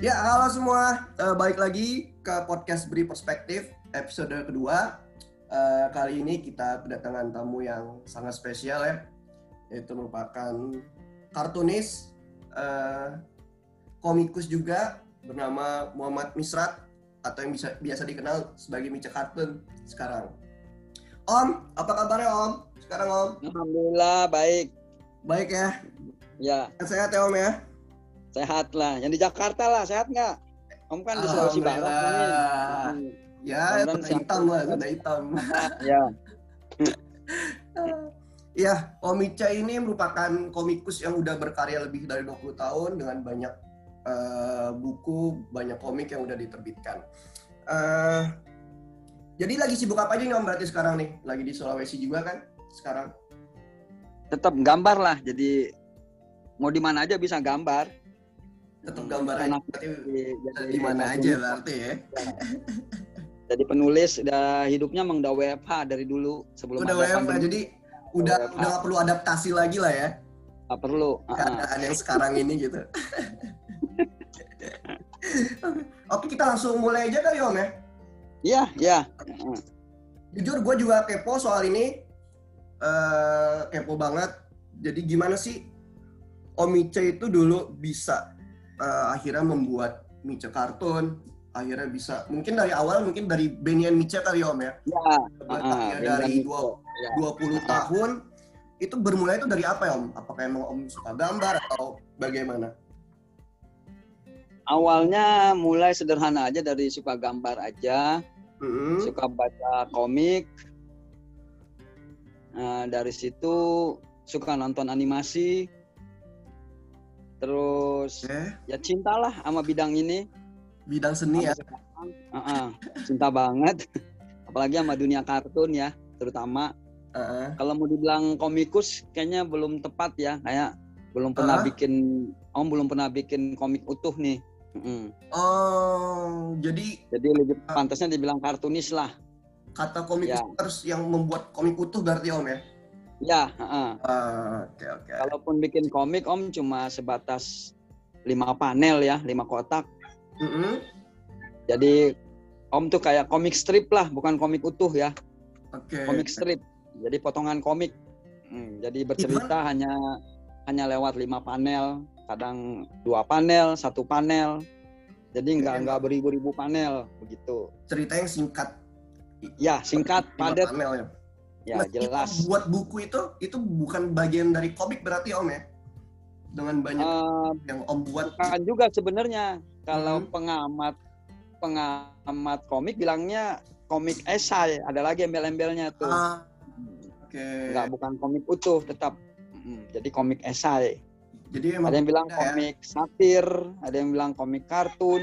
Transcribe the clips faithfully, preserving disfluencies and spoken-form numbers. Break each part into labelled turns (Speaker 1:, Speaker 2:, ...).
Speaker 1: Ya, halo semua. Uh, balik lagi ke podcast Beri Perspektif episode kedua. Uh, kali ini kita kedatangan tamu yang sangat spesial ya. Yaitu merupakan kartunis, uh, komikus juga bernama Muhammad Misrat atau yang bisa biasa dikenal sebagai Mica Kartun sekarang. Om, apa kabarnya Om? Sekarang Om?
Speaker 2: Alhamdulillah baik.
Speaker 1: Baik ya?
Speaker 2: Ya.
Speaker 1: Sehat ya Om ya?
Speaker 2: Sehat lah. Yang di Jakarta lah, sehat nggak? Om kan di Sulawesi Barat.
Speaker 1: Hmm. Ya, sudah hitam lah, sudah hitam.
Speaker 2: Ya.
Speaker 1: Ya, Om Mica ini merupakan komikus yang udah berkarya lebih dari dua puluh tahun dengan banyak uh, buku, banyak komik yang udah diterbitkan. Uh, jadi lagi sibuk apa aja nih Om berarti sekarang nih? Lagi di Sulawesi juga kan sekarang?
Speaker 2: Tetap gambar lah, jadi mau di mana aja bisa gambar.
Speaker 1: Tetap gambar aja, berarti di mana aja berarti ya.
Speaker 2: Jadi penulis, udah hidupnya emang udah W F H dari dulu sebelum
Speaker 1: udah
Speaker 2: ada
Speaker 1: W F H,
Speaker 2: pandemi.
Speaker 1: Jadi udah W F H. Udah nggak perlu adaptasi lagi lah ya.
Speaker 2: Nggak perlu.
Speaker 1: Keadaan yang sekarang ini gitu. Oke, kita langsung mulai aja kali Om ya.
Speaker 2: Iya, iya.
Speaker 1: Jujur gue juga kepo soal ini, uh, kepo banget. Jadi gimana sih Om Mica itu dulu bisa uh, akhirnya membuat Mica Kartun, akhirnya bisa, mungkin dari awal mungkin dari Benyan Mica kali Om ya?
Speaker 2: Ya.
Speaker 1: Uh, dari dua puluh tahun, itu bermula itu dari apa ya Om? Apakah emang Om suka gambar atau bagaimana?
Speaker 2: Awalnya mulai sederhana aja, dari suka gambar aja. Mm-hmm. Suka baca komik, nah, dari situ suka nonton animasi, terus eh? ya cintalah sama bidang ini,
Speaker 1: bidang seni ya.
Speaker 2: Uh-uh, cinta banget, apalagi sama dunia kartun ya, terutama. Uh-uh. Kalau mau dibilang komikus kayaknya belum tepat ya, kayak belum pernah uh-huh. bikin, Om belum pernah bikin komik utuh nih. Mm.
Speaker 1: Oh, jadi
Speaker 2: jadi lebih pantasnya dibilang kartunis lah.
Speaker 1: Kata komikus ya. Harus yang membuat komik utuh berarti Om ya?
Speaker 2: Ya, uh-uh.
Speaker 1: uh, oke okay, oke. Okay.
Speaker 2: Kalaupun bikin komik Om cuma sebatas lima panel ya, lima kotak. Mm-hmm. Jadi Om tuh kayak komik strip lah, bukan komik utuh ya.
Speaker 1: Oke. Okay.
Speaker 2: Komik strip. Jadi potongan komik. Hmm, jadi bercerita Ivan? hanya hanya lewat lima panel. Kadang dua panel, satu panel, jadi nggak nggak beribu-ribu panel begitu.
Speaker 1: Cerita yang singkat.
Speaker 2: Ya singkat, padat.
Speaker 1: Panel, ya,
Speaker 2: ya
Speaker 1: nah,
Speaker 2: jelas.
Speaker 1: Buat buku itu itu bukan bagian dari komik berarti Om ya? Dengan banyak uh, yang Om buat.
Speaker 2: Bukan juga sebenarnya. Kalau hmm. pengamat pengamat komik bilangnya komik esai, ada lagi embel-embelnya tuh. Ah,
Speaker 1: Oke. Okay.
Speaker 2: Nggak, bukan komik utuh tetap. Hmm, jadi komik esai.
Speaker 1: Jadi
Speaker 2: ada yang bilang komik ya? Satir, ada yang bilang komik kartun.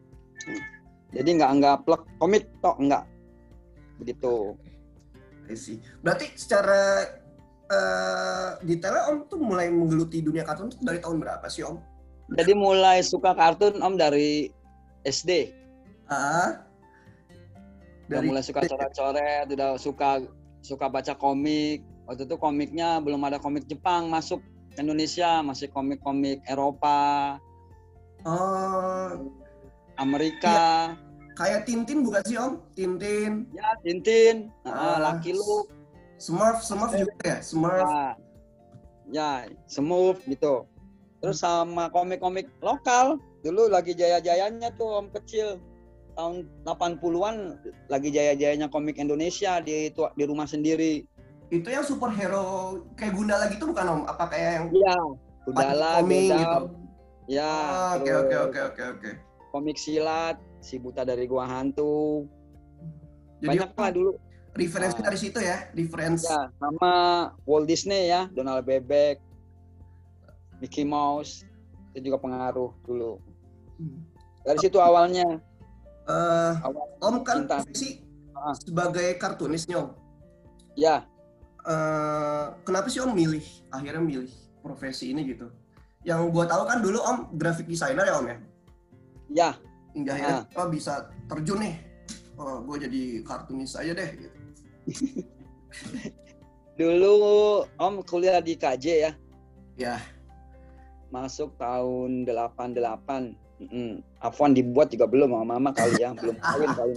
Speaker 2: Jadi nggak nggak plek komik tok, nggak begitu.
Speaker 1: Sih. Berarti secara uh, detailnya Om tuh mulai menggeluti dunia kartun tuh dari tahun berapa sih Om?
Speaker 2: Jadi mulai suka kartun Om dari S D.
Speaker 1: Ah.
Speaker 2: Dari udah mulai suka coret-coret, udah suka suka baca komik. Waktu itu komiknya belum ada komik Jepang masuk Indonesia, masih komik-komik Eropa,
Speaker 1: oh,
Speaker 2: Amerika.
Speaker 1: Ya, kayak Tintin bukan sih Om? Tintin.
Speaker 2: Ya Tintin, uh, Lucky Luke,
Speaker 1: Smurf, Smurf juga ya, Smurf.
Speaker 2: Ya, ya Smurf gitu. Terus sama komik-komik lokal, dulu lagi jaya-jayanya tuh Om kecil, tahun delapan puluhan lagi jaya-jayanya komik Indonesia di di rumah sendiri.
Speaker 1: Itu yang superhero kayak Gundala gitu bukan Om? Apa kayak yang
Speaker 2: Iya, Gundala,
Speaker 1: komik gitu.
Speaker 2: Ya.
Speaker 1: Oke oke oke oke oke.
Speaker 2: Komik silat, si buta dari gua hantu. Jadi banyak lah dulu.
Speaker 1: Referensi nah, dari situ ya, referensi.
Speaker 2: Ya, sama Walt Disney ya, Donald Bebek, Mickey Mouse, itu juga pengaruh dulu. Dari situ awalnya.
Speaker 1: Uh, Awal Om kan profesi uh. sebagai kartunis nih Om.
Speaker 2: Ya.
Speaker 1: Uh, kenapa sih Om milih akhirnya milih profesi ini gitu? Yang gue tahu kan dulu Om graphic designer ya Om ya?
Speaker 2: Ya.
Speaker 1: Hingga akhirnya uh. oh, bisa terjun nih, oh, gue jadi kartunis aja deh gitu.
Speaker 2: Dulu Om kuliah di K J ya?
Speaker 1: Ya.
Speaker 2: Masuk tahun delapan puluh delapan. Mm, Afwan dibuat juga belum sama mama kali ya, belum kawin kali.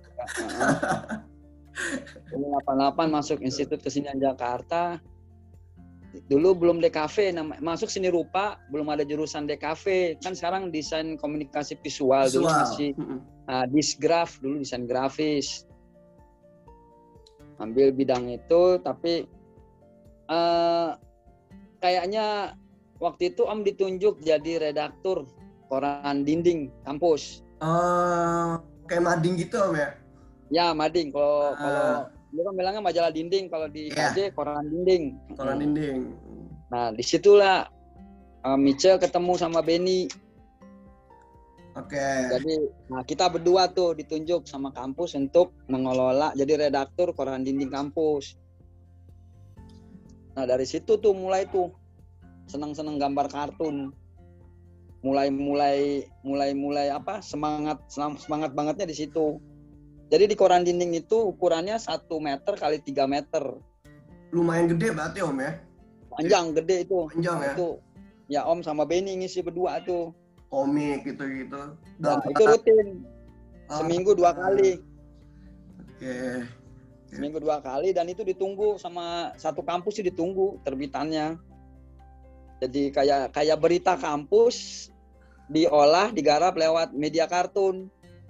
Speaker 2: delapan delapan masuk Institut Kesenian Jakarta. Dulu belum D K V, nama, masuk seni rupa belum ada jurusan D K V. Kan sekarang desain komunikasi visual, visual. Dulu masih uh, disgraf, dulu desain grafis. Ambil bidang itu, tapi uh, kayaknya waktu itu Om ditunjuk jadi redaktur koran dinding kampus.
Speaker 1: Uh, kayak mading gitu Om ya?
Speaker 2: Ya mading. Kalau uh. kalau dia kan bilangnya majalah dinding, kalau di yeah. K J koran dinding.
Speaker 1: Koran hmm. dinding.
Speaker 2: Nah disitulah uh, Michel ketemu sama Benny.
Speaker 1: Oke. Okay.
Speaker 2: Jadi nah kita berdua tuh ditunjuk sama kampus untuk mengelola jadi redaktur koran dinding kampus. Nah dari situ tuh mulai tuh senang-senang gambar kartun. Mulai-mulai mulai-mulai apa semangat semangat bangetnya di situ. Jadi di koran dinding itu ukurannya satu meter kali tiga meter.
Speaker 1: Lumayan gede berarti Om ya?
Speaker 2: Panjang, gede itu.
Speaker 1: Panjang ya?
Speaker 2: Itu ya Om sama Benny ngisi berdua tuh.
Speaker 1: Komik gitu-gitu.
Speaker 2: Nah, itu rutin. Seminggu dua kali.
Speaker 1: Oke. Okay.
Speaker 2: Seminggu dua kali dan itu ditunggu sama satu kampus sih ditunggu terbitannya. Jadi kayak kayak berita kampus diolah, digarap lewat media kartun.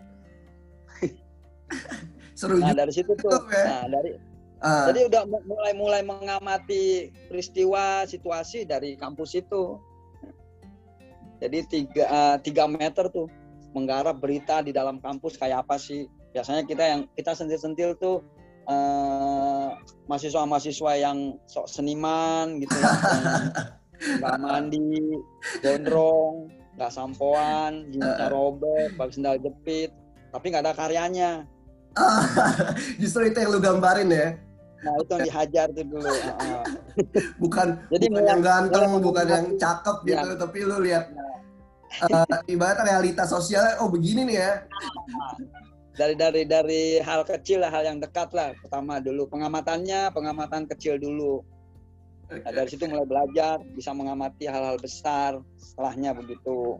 Speaker 1: Seru
Speaker 2: nah
Speaker 1: juga.
Speaker 2: dari situ tuh, nah dari, uh. jadi udah mulai-mulai mengamati peristiwa situasi dari kampus itu. Jadi tiga uh, tiga meter tuh menggarap berita di dalam kampus kayak apa sih? Biasanya kita yang kita sentil-sentil tuh uh, mahasiswa-mahasiswa yang sok seniman gitu ya, nggak mandi, gondrong, nggak sampoan, jenisnya robek, pakai sendal jepit, tapi nggak ada karyanya.
Speaker 1: Justru itu yang lu gambarin ya?
Speaker 2: Nah itu yang dihajar tuh dulu.
Speaker 1: bukan
Speaker 2: Jadi
Speaker 1: bukan yang ganteng, bukan yang cakep gitu, ya. Tapi lu lihat uh, ibarat realitas sosialnya, oh begini nih ya.
Speaker 2: Dari dari dari hal kecil lah, hal yang dekat lah. Pertama dulu pengamatannya, pengamatan kecil dulu. Okay. Nah, dari situ mulai belajar, bisa mengamati hal-hal besar. Setelahnya begitu.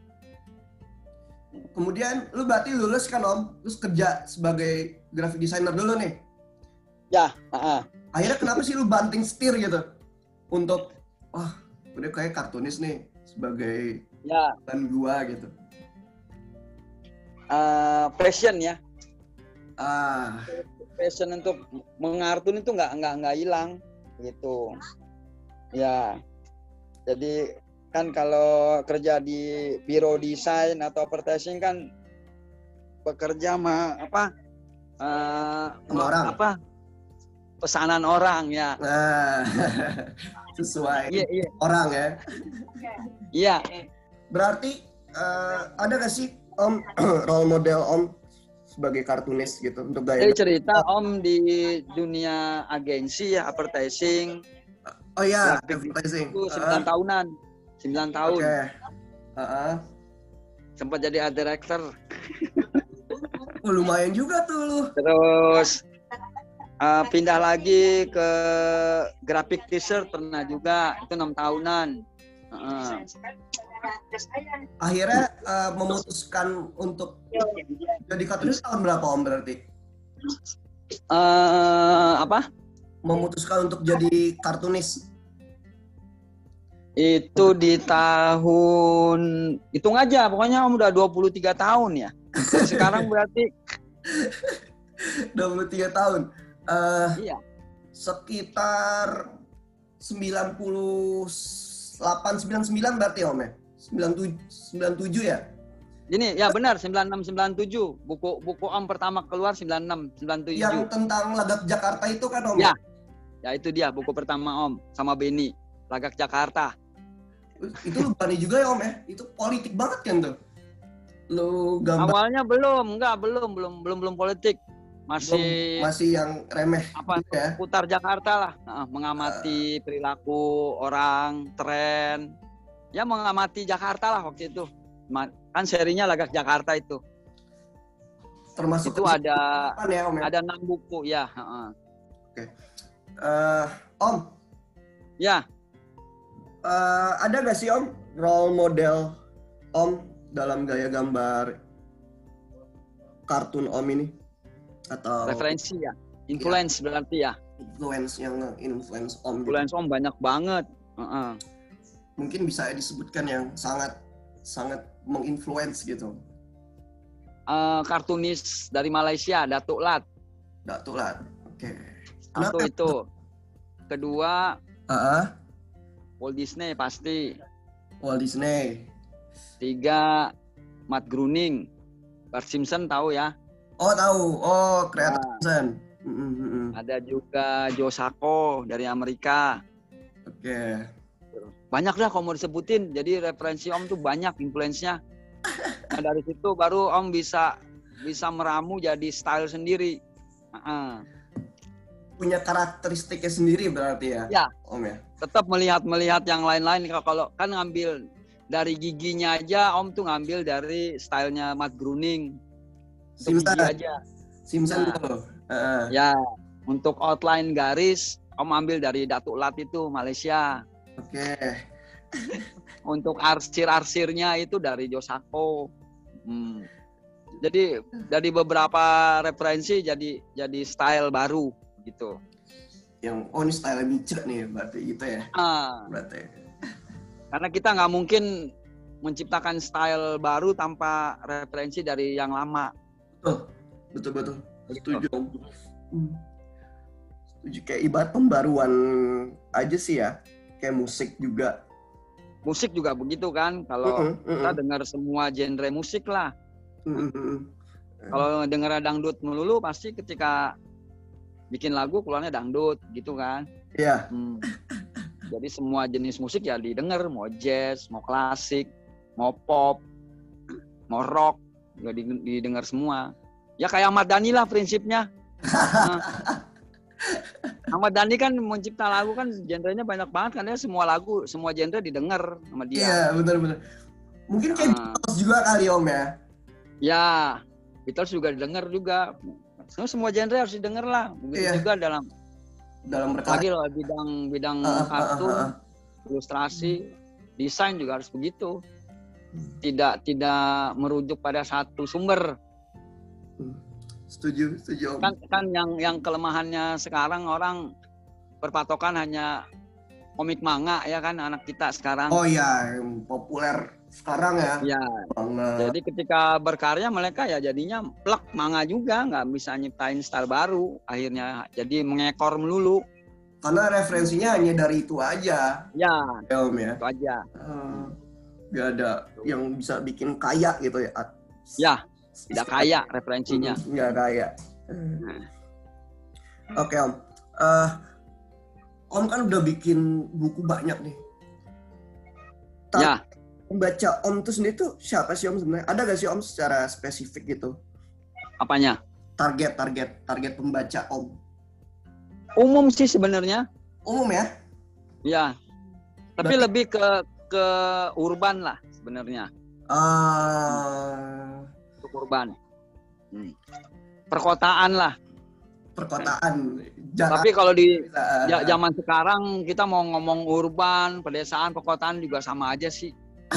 Speaker 1: Kemudian lu berarti lulus kan Om, terus kerja sebagai graphic designer dulu nih.
Speaker 2: Ya. Uh-uh.
Speaker 1: Akhirnya kenapa sih lu banting setir gitu untuk, wah udah kayak kartunis nih sebagai
Speaker 2: ya.
Speaker 1: Dan gua gitu.
Speaker 2: Uh, passion ya.
Speaker 1: Ah.
Speaker 2: Passion untuk mengartun itu nggak nggak nggak hilang gitu. Ya. Jadi kan kalau kerja di biro desain atau advertising kan bekerja sama apa uh,
Speaker 1: sama orang
Speaker 2: apa pesanan orang ya.
Speaker 1: Nah, sesuai
Speaker 2: iya, iya.
Speaker 1: orang ya.
Speaker 2: Iya.
Speaker 1: Berarti uh, ada nggak sih Om role model Om sebagai kartunis gitu untuk gaya?
Speaker 2: Jadi cerita Om di dunia agensi ya advertising.
Speaker 1: Oh iya, advertising.
Speaker 2: Itu sembilan uh, tahunan. sembilan tahun. Oke.
Speaker 1: Okay. Uh-uh.
Speaker 2: Sempat jadi art director.
Speaker 1: Oh, lumayan juga tuh lu.
Speaker 2: Terus uh, pindah lagi ke graphic teaser pernah juga, itu enam tahunan. Uh.
Speaker 1: Akhirnya uh, memutuskan untuk jadi kartunis tahun berapa Om berarti?
Speaker 2: Uh, apa?
Speaker 1: Memutuskan untuk jadi kartunis.
Speaker 2: Itu di tahun, hitung aja, pokoknya Om udah dua puluh tiga tahun ya. Sekarang berarti
Speaker 1: dua puluh tiga tahun. Uh,
Speaker 2: iya.
Speaker 1: Sekitar sembilan puluh delapan sembilan puluh sembilan berarti Om ya? sembilan puluh tujuh ya?
Speaker 2: Ini ya benar, sembilan puluh enam sembilan puluh tujuh. Buku buku Om pertama keluar sembilan puluh enam sembilan puluh tujuh.
Speaker 1: Yang tentang Lagak Jakarta itu kan Om?
Speaker 2: Ya. Ya itu dia buku pertama Om sama Benny, Lagak Jakarta.
Speaker 1: Itu lu berani juga ya Om ya? Itu politik banget kan tuh? Lu gambar.
Speaker 2: Awalnya belum, enggak, belum, belum, belum, belum politik. Masih
Speaker 1: belum, masih yang remeh
Speaker 2: apa gitu ya? Putar Jakarta lah, nah, mengamati uh, perilaku orang, tren. Ya mengamati Jakarta lah waktu itu. Kan serinya Lagak Jakarta itu.
Speaker 1: Termasuk
Speaker 2: itu ada
Speaker 1: ya, Om, ya?
Speaker 2: Ada enam buku ya, uh.
Speaker 1: Oke. Uh, Om.
Speaker 2: Ya.
Speaker 1: Uh, ada gak sih Om role model Om dalam gaya gambar kartun Om ini? Atau
Speaker 2: referensi ya? Influence ya. Berarti ya?
Speaker 1: Influence yang influence Om.
Speaker 2: Influence gitu. Om banyak banget. Uh-uh.
Speaker 1: Mungkin bisa disebutkan yang sangat sangat menginfluence gitu.
Speaker 2: Uh, kartunis dari Malaysia, Datuk Lat.
Speaker 1: Datuk Lat, oke. Okay.
Speaker 2: Satu itu. Kedua,
Speaker 1: uh-uh.
Speaker 2: Walt Disney pasti.
Speaker 1: Walt Disney.
Speaker 2: Tiga, Matt Groening. Bart Simpson tahu ya?
Speaker 1: Oh tahu, oh kreator
Speaker 2: nah,
Speaker 1: Simpson. Mm-hmm.
Speaker 2: Ada juga Joe Sacco dari Amerika.
Speaker 1: Oke. Okay.
Speaker 2: Banyak lah kalau mau disebutin. Jadi referensi Om tuh banyak influence-nya. Nah dari situ baru Om bisa bisa meramu jadi style sendiri. Uh-uh.
Speaker 1: Punya karakteristiknya sendiri berarti ya,
Speaker 2: ya
Speaker 1: Om ya? Tetap
Speaker 2: melihat-melihat yang lain-lain. Kalau kan ngambil dari giginya aja, Om tuh ngambil dari stylenya Matt Groening.
Speaker 1: Simpson
Speaker 2: aja.
Speaker 1: Simpson
Speaker 2: nah,
Speaker 1: tuh. Uh.
Speaker 2: Ya, untuk outline garis, Om ambil dari Datuk Lat itu, Malaysia.
Speaker 1: Oke. Okay.
Speaker 2: Untuk arsir-arsirnya itu dari Joe Sacco. Hmm. Jadi dari beberapa referensi jadi jadi style baru gitu.
Speaker 1: Yang oh ini style Mice nih berarti gitu ya?
Speaker 2: Ah.
Speaker 1: Berarti.
Speaker 2: Karena kita nggak mungkin menciptakan style baru tanpa referensi dari yang lama.
Speaker 1: Betul, betul betul. Setuju. Hmm. Setuju kayak ibarat pembaruan aja sih ya. Kayak musik juga.
Speaker 2: Musik juga begitu kan. Kalau uh-uh, uh-uh. kita dengar semua genre musik lah. Uh-uh, uh-uh. Kalau dengar dangdut melulu pasti ketika bikin lagu keluarnya dangdut gitu kan.
Speaker 1: Iya. Yeah.
Speaker 2: Hmm. Jadi semua jenis musik ya didengar, mau jazz, mau klasik, mau pop, mau rock, juga didengar semua. Ya kayak Ahmad Dhani lah prinsipnya. Nah, Ahmad Dhani kan mencipta lagu kan genrenya banyak banget kan, dia semua lagu, semua genre didengar sama dia.
Speaker 1: Iya benar-benar. Mungkin kayak uh, Beatles juga kali Om ya.
Speaker 2: Ya, Beatles juga didengar juga. Semua genre harus didengar lah. Begitu iya. juga dalam
Speaker 1: dalam
Speaker 2: lagi loh bidang bidang uh, kartun, uh, uh, uh. ilustrasi, desain juga harus begitu. Tidak tidak merujuk pada satu sumber.
Speaker 1: Setuju, setuju.
Speaker 2: Kan kan yang yang kelemahannya sekarang orang berpatokan hanya komik manga ya kan anak kita sekarang.
Speaker 1: Oh iya, yang populer sekarang ya.
Speaker 2: Iya. Jadi ketika berkarya mereka ya jadinya plek manga juga, nggak bisa nyiptain style baru. Akhirnya jadi mengekor melulu.
Speaker 1: Karena referensinya hanya dari itu aja.
Speaker 2: Ya.
Speaker 1: Ya Om ya.
Speaker 2: Itu aja.
Speaker 1: Uh, gak ada yang bisa bikin kaya gitu ya.
Speaker 2: Ya. Tidak kaya referensinya.
Speaker 1: Nggak kaya. Nah. Oke Om. Uh, Om kan udah bikin buku banyak nih. Tar-
Speaker 2: ya.
Speaker 1: Pembaca Om tuh sendiri tuh siapa sih Om sebenarnya? Ada gak sih Om secara spesifik gitu?
Speaker 2: Apanya?
Speaker 1: Target, target, target pembaca Om.
Speaker 2: Umum sih sebenarnya.
Speaker 1: Umum ya?
Speaker 2: Ya. Tapi Berarti... lebih ke ke urban lah sebenarnya.
Speaker 1: Uh...
Speaker 2: Urban. Hmm. Perkotaan lah.
Speaker 1: Perkotaan.
Speaker 2: Jangan, tapi kalau di uh, zaman sekarang kita mau ngomong urban, pedesaan, perkotaan juga sama aja sih.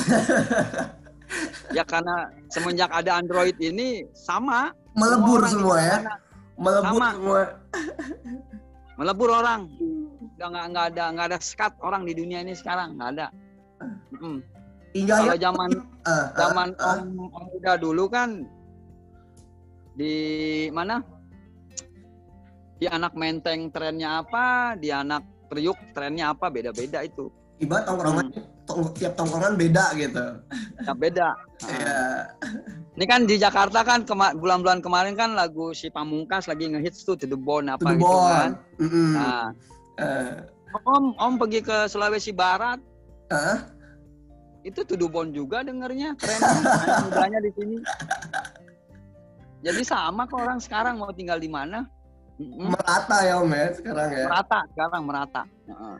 Speaker 2: Ya karena semenjak ada Android ini sama.
Speaker 1: Melebur semua, semua ya. Melebur
Speaker 2: sama.
Speaker 1: semua.
Speaker 2: Melebur orang. Udah nggak nggak ada nggak ada sekat orang di dunia ini sekarang nggak ada. Mm. Kalau zaman uh, uh, zaman uh, uh. Om Om Uda dulu kan di mana? Di Anak Menteng trennya apa? Di Anak Priuk trennya apa? Beda-beda itu.
Speaker 1: Ibarat tongkrongan hmm. tong, tiap tongkrongan beda gitu.
Speaker 2: Ya beda.
Speaker 1: Yeah.
Speaker 2: Ini kan di Jakarta kan kema- bulan-bulan kemarin kan lagu si Pamungkas lagi ngehits tuh To The Bone apa
Speaker 1: to the
Speaker 2: gitu
Speaker 1: bone.
Speaker 2: kan.
Speaker 1: Mm-hmm.
Speaker 2: Nah,
Speaker 1: uh.
Speaker 2: Om Om pergi ke Sulawesi Barat.
Speaker 1: Uh?
Speaker 2: Itu To The Bone juga dengernya, trennya, anak mudanya di sini. Jadi sama kok orang sekarang mau tinggal di mana.
Speaker 1: Merata ya Om ya sekarang ya.
Speaker 2: Merata, sekarang merata. Uh.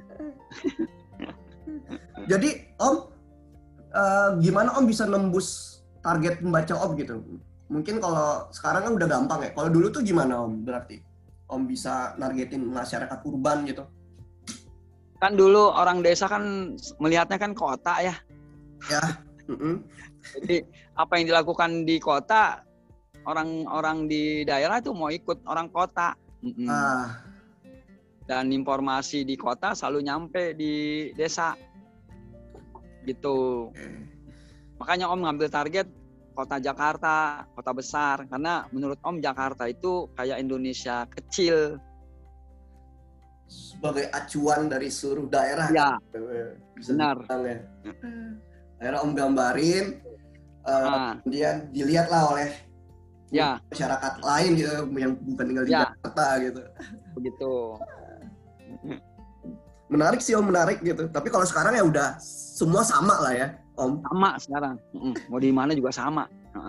Speaker 1: Jadi Om, uh, gimana Om bisa nembus target pembaca Om gitu? Mungkin kalau sekarang kan udah gampang ya. Kalau dulu tuh gimana Om berarti? Om bisa nargetin masyarakat urban gitu?
Speaker 2: Kan dulu orang desa kan melihatnya kan kota ya.
Speaker 1: Ya.
Speaker 2: Mm-hmm. Jadi apa yang dilakukan di kota, orang-orang di daerah itu mau ikut orang kota. Mm-hmm. Ah. Dan informasi di kota selalu nyampe di desa. Gitu. Okay. Makanya Om ngambil target kota Jakarta, kota besar. Karena menurut Om Jakarta itu kayak Indonesia kecil.
Speaker 1: Sebagai acuan dari seluruh daerah.
Speaker 2: Ya,
Speaker 1: kan? Bisa
Speaker 2: benar.
Speaker 1: Ya. Akhirnya Om gambarin, uh, ah. kemudian dilihatlah oleh
Speaker 2: ya.
Speaker 1: masyarakat lain gitu, yang bukan tinggal di ya. Jakarta gitu.
Speaker 2: Begitu.
Speaker 1: Menarik sih Om, menarik gitu. Tapi kalau sekarang ya udah semua sama lah ya Om.
Speaker 2: Sama sekarang. Mau di mana juga sama.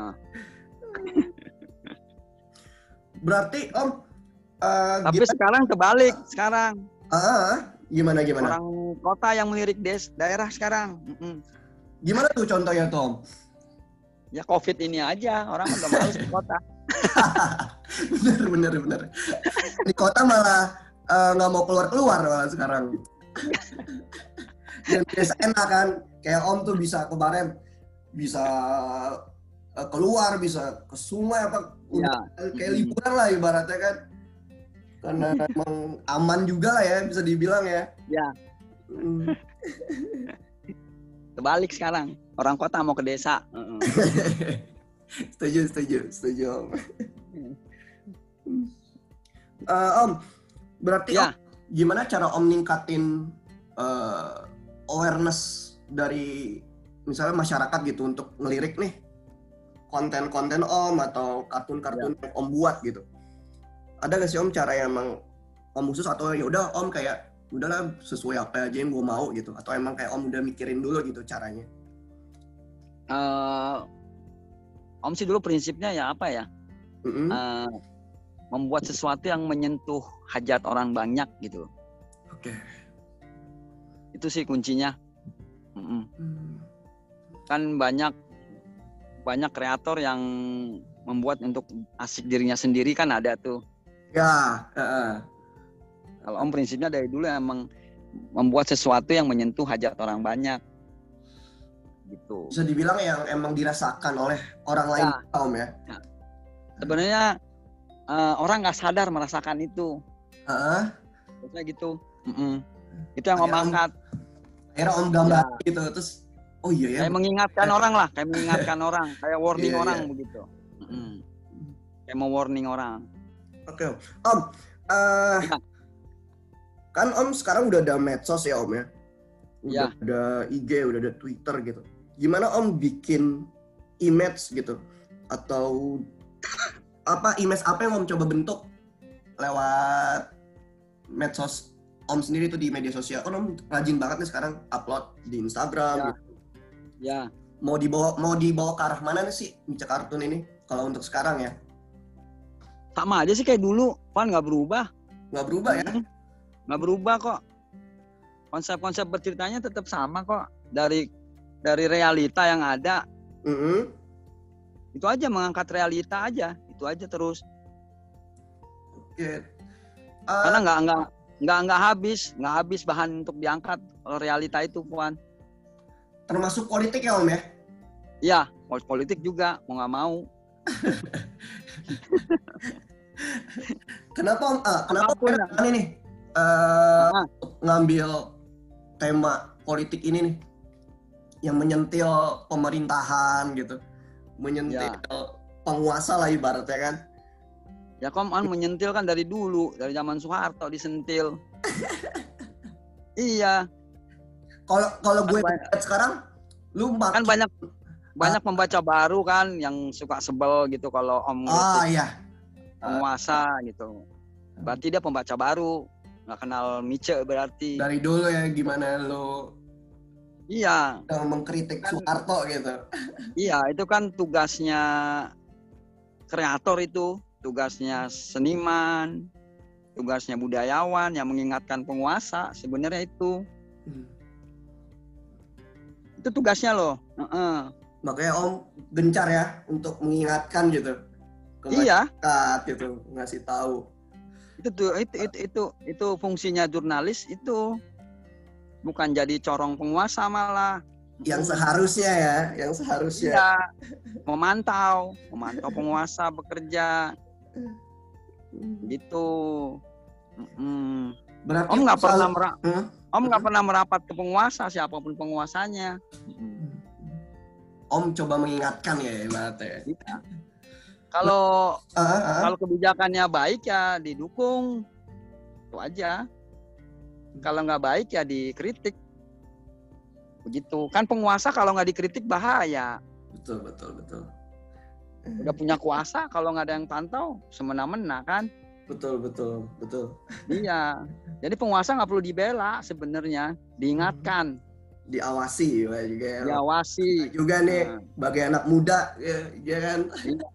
Speaker 1: Berarti Om.
Speaker 2: Uh, Tapi gimana? Sekarang kebalik. Sekarang.
Speaker 1: Uh, gimana gimana?
Speaker 2: Orang kota yang melirik des daerah sekarang. Mm-mm.
Speaker 1: Gimana tuh contohnya Tom?
Speaker 2: Ya COVID ini aja. Orang udah males di kota.
Speaker 1: bener bener bener. Di kota malah nggak uh, mau keluar keluar malah sekarang. Dan biasa enak kan, kayak Om tuh bisa kemarin bisa uh, keluar, bisa ke sungai apa, ya. Kayak liburan lah ibaratnya kan, karena emang aman juga lah ya bisa dibilang ya.
Speaker 2: Ya. Hmm. Kebalik sekarang, orang kota mau ke desa. Uh-uh.
Speaker 1: setuju setuju setuju Om. uh, Om. Berarti ya. Om, gimana cara Om ningkatin uh, awareness dari misalnya masyarakat gitu untuk ngelirik nih konten-konten Om atau kartun-kartun ya. Yang Om buat gitu. Ada nggak sih Om cara yang emang Om khusus atau ya udah Om kayak udahlah sesuai apa aja yang gue mau gitu, atau emang kayak Om udah mikirin dulu gitu caranya?
Speaker 2: Uh, Om sih dulu prinsipnya ya apa ya? Mm-hmm. Uh, membuat sesuatu yang menyentuh hajat orang banyak gitu.
Speaker 1: Oke. Okay.
Speaker 2: Itu sih kuncinya. Mm-mm. Hmm. Kan banyak banyak kreator yang membuat untuk asik dirinya sendiri kan ada tuh.
Speaker 1: Ya. Uh-uh.
Speaker 2: Kalau Om prinsipnya dari dulu emang membuat sesuatu yang menyentuh hajat orang banyak. Gitu.
Speaker 1: Bisa dibilang yang emang dirasakan oleh orang lain, ya. Om ya. Ya.
Speaker 2: Sebenarnya Uh, orang nggak sadar merasakan itu.
Speaker 1: Uh-huh.
Speaker 2: Kayak gitu. Mm-mm. Itu yang Om angkat.
Speaker 1: Akhirnya Om gambar ya. Gitu terus. Oh iya ya.
Speaker 2: Kayak mengingatkan orang lah, kayak mengingatkan orang, kayak warning yeah, orang yeah. begitu. Mm-mm. Kayak mau warning orang.
Speaker 1: Oke okay. Om. Uh, ya. Kan Om sekarang udah ada medsos ya Om ya. Udah ya. Ada I G, udah ada Twitter gitu. Gimana Om bikin image gitu atau apa image apa yang Om coba bentuk lewat medsos Om sendiri tuh di media sosial? Kan Om rajin banget nih sekarang upload di Instagram.
Speaker 2: Ya.
Speaker 1: Gitu.
Speaker 2: Ya.
Speaker 1: Mau dibawa mau dibawa ke arah mana nih sih Micak Kartun ini kalau untuk sekarang ya?
Speaker 2: Sama aja sih kayak dulu, kan nggak berubah.
Speaker 1: Nggak berubah ya?
Speaker 2: Nggak berubah kok. Konsep-konsep berceritanya tetap sama kok. Dari dari realita yang ada.
Speaker 1: Mm-hmm.
Speaker 2: Itu aja, mengangkat realita aja. Itu aja terus.
Speaker 1: Oke. Uh,
Speaker 2: Karena nggak nggak nggak nggak habis, nggak habis bahan untuk diangkat kalau realita itu, Puan.
Speaker 1: Termasuk politik ya Om ya?
Speaker 2: Iya, politik juga mau nggak mau.
Speaker 1: Kenapa Om? Uh, kenapa Om ini nih uh, ngambil tema politik ini nih yang menyentil pemerintahan gitu, menyentil ya. Penguasa lah ibaratnya kan.
Speaker 2: Ya Kom, kan menyentil kan dari dulu, dari zaman Soeharto disentil. Iya.
Speaker 1: Kalau kalau gue lihat sekarang, lu makin...
Speaker 2: kan banyak banyak uh, pembaca baru kan yang suka sebel gitu kalau Om
Speaker 1: ah, iya.
Speaker 2: penguasa uh, gitu. Berarti dia pembaca baru, nggak kenal Mice berarti.
Speaker 1: Dari dulu ya gimana lu?
Speaker 2: Iya.
Speaker 1: Mengkritik kan, Soeharto gitu.
Speaker 2: Iya, itu kan tugasnya kreator itu, tugasnya seniman, tugasnya budayawan yang mengingatkan penguasa, sebenarnya itu. Hmm. Itu tugasnya loh. Uh-uh.
Speaker 1: Makanya Om gencar ya untuk mengingatkan gitu.
Speaker 2: Iya.
Speaker 1: Gitu, ngasih tahu.
Speaker 2: Itu tuh itu, itu itu itu fungsinya jurnalis itu. Bukan jadi corong penguasa malah.
Speaker 1: Yang seharusnya ya, yang seharusnya.
Speaker 2: Iya, memantau, memantau penguasa bekerja. Gitu. Mm-mm.
Speaker 1: Berarti
Speaker 2: Om nggak pernah
Speaker 1: selalu...
Speaker 2: mera-
Speaker 1: hmm?
Speaker 2: Om nggak pernah merapat ke penguasa, siapapun penguasanya.
Speaker 1: Om coba mengingatkan ya, ibaratnya.
Speaker 2: Iya. Kalau
Speaker 1: uh, uh, uh.
Speaker 2: kalau kebijakannya baik ya didukung, itu aja. Kalau nggak baik ya dikritik. Begitu. Kan penguasa kalau nggak dikritik bahaya.
Speaker 1: Betul, betul, betul.
Speaker 2: Udah punya kuasa, kalau nggak ada yang pantau, semena-mena kan?
Speaker 1: Betul, betul, betul.
Speaker 2: Iya. Jadi penguasa nggak perlu dibela sebenarnya, diingatkan.
Speaker 1: Diawasi ya juga ya.
Speaker 2: Diawasi.
Speaker 1: Juga nih, nah. Bagi anak muda, ya, ya kan? Iya.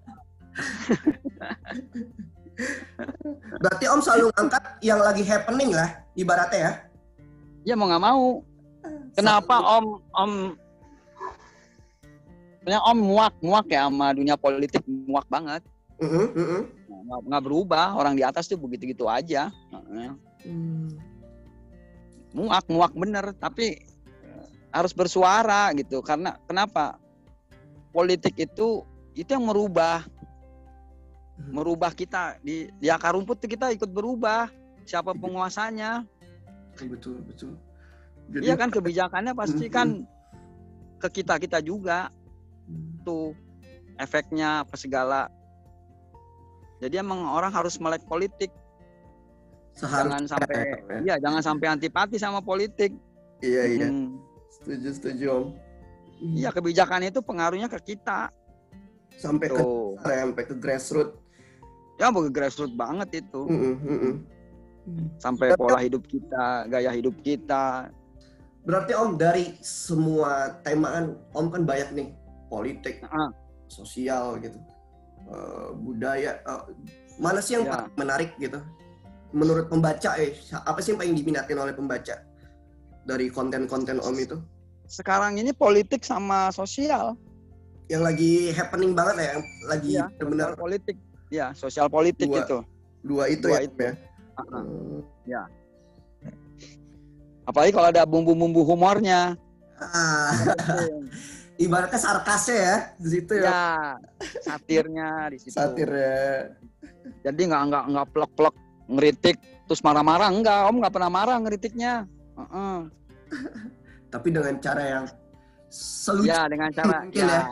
Speaker 1: Berarti Om selalu angkat yang lagi happening lah, ibaratnya ya?
Speaker 2: Ya mau nggak mau. Kenapa
Speaker 1: Satu.
Speaker 2: Om Om Sebenarnya Om muak muak ya sama dunia politik, muak banget.
Speaker 1: Uh-uh, uh-uh.
Speaker 2: Nggak, nggak berubah, orang di atas tuh begitu-gitu aja. Hmm. Muak muak bener, tapi harus bersuara gitu. Karena kenapa? Politik itu itu yang merubah, merubah kita di, di akar rumput tuh kita ikut berubah. Siapa penguasanya?
Speaker 1: Betul betul.
Speaker 2: Jadi, iya kan kebijakannya pasti uh-huh. kan ke kita kita juga. Tuh efeknya apa segala. Jadi emang orang harus melek politik. Seharusnya, jangan sampai ya. Iya, jangan sampai antipati sama politik.
Speaker 1: Iya, iya. Hmm. Setuju, setuju, Om.
Speaker 2: Iya, kebijakan itu pengaruhnya ke kita.
Speaker 1: Sampai Tuh. ke sampai ke grassroots.
Speaker 2: Ya, ke grassroots banget itu.
Speaker 1: Mm-mm, mm-mm.
Speaker 2: Sampai pola hidup kita, gaya hidup kita.
Speaker 1: Berarti Om dari semua temaan Om kan banyak nih, politik, uh. sosial gitu. Uh, budaya, uh, mana sih yang ya. paling menarik gitu menurut pembaca eh apa sih yang paling diminatin oleh pembaca dari konten-konten Om itu?
Speaker 2: Sekarang ini politik sama sosial
Speaker 1: yang lagi happening banget ya, yang lagi
Speaker 2: ya,
Speaker 1: benar
Speaker 2: politik ya, sosial politik
Speaker 1: dua,
Speaker 2: itu
Speaker 1: dua itu
Speaker 2: dua
Speaker 1: ya,
Speaker 2: itu.
Speaker 1: ya?
Speaker 2: Uh-huh. Hmm. Ya, apalagi kalau ada bumbu-bumbu humornya.
Speaker 1: Ah. Ibaratnya sarkasnya ya di situ ya.
Speaker 2: Ya, satirnya di situ.
Speaker 1: Satirnya.
Speaker 2: Jadi nggak nggak nggak plek-plek ngeritik terus marah-marah, enggak. Om nggak pernah marah ngeritiknya. Uh-uh.
Speaker 1: Tapi dengan cara yang selucu.
Speaker 2: Ya, dengan cara
Speaker 1: ya.
Speaker 2: ya.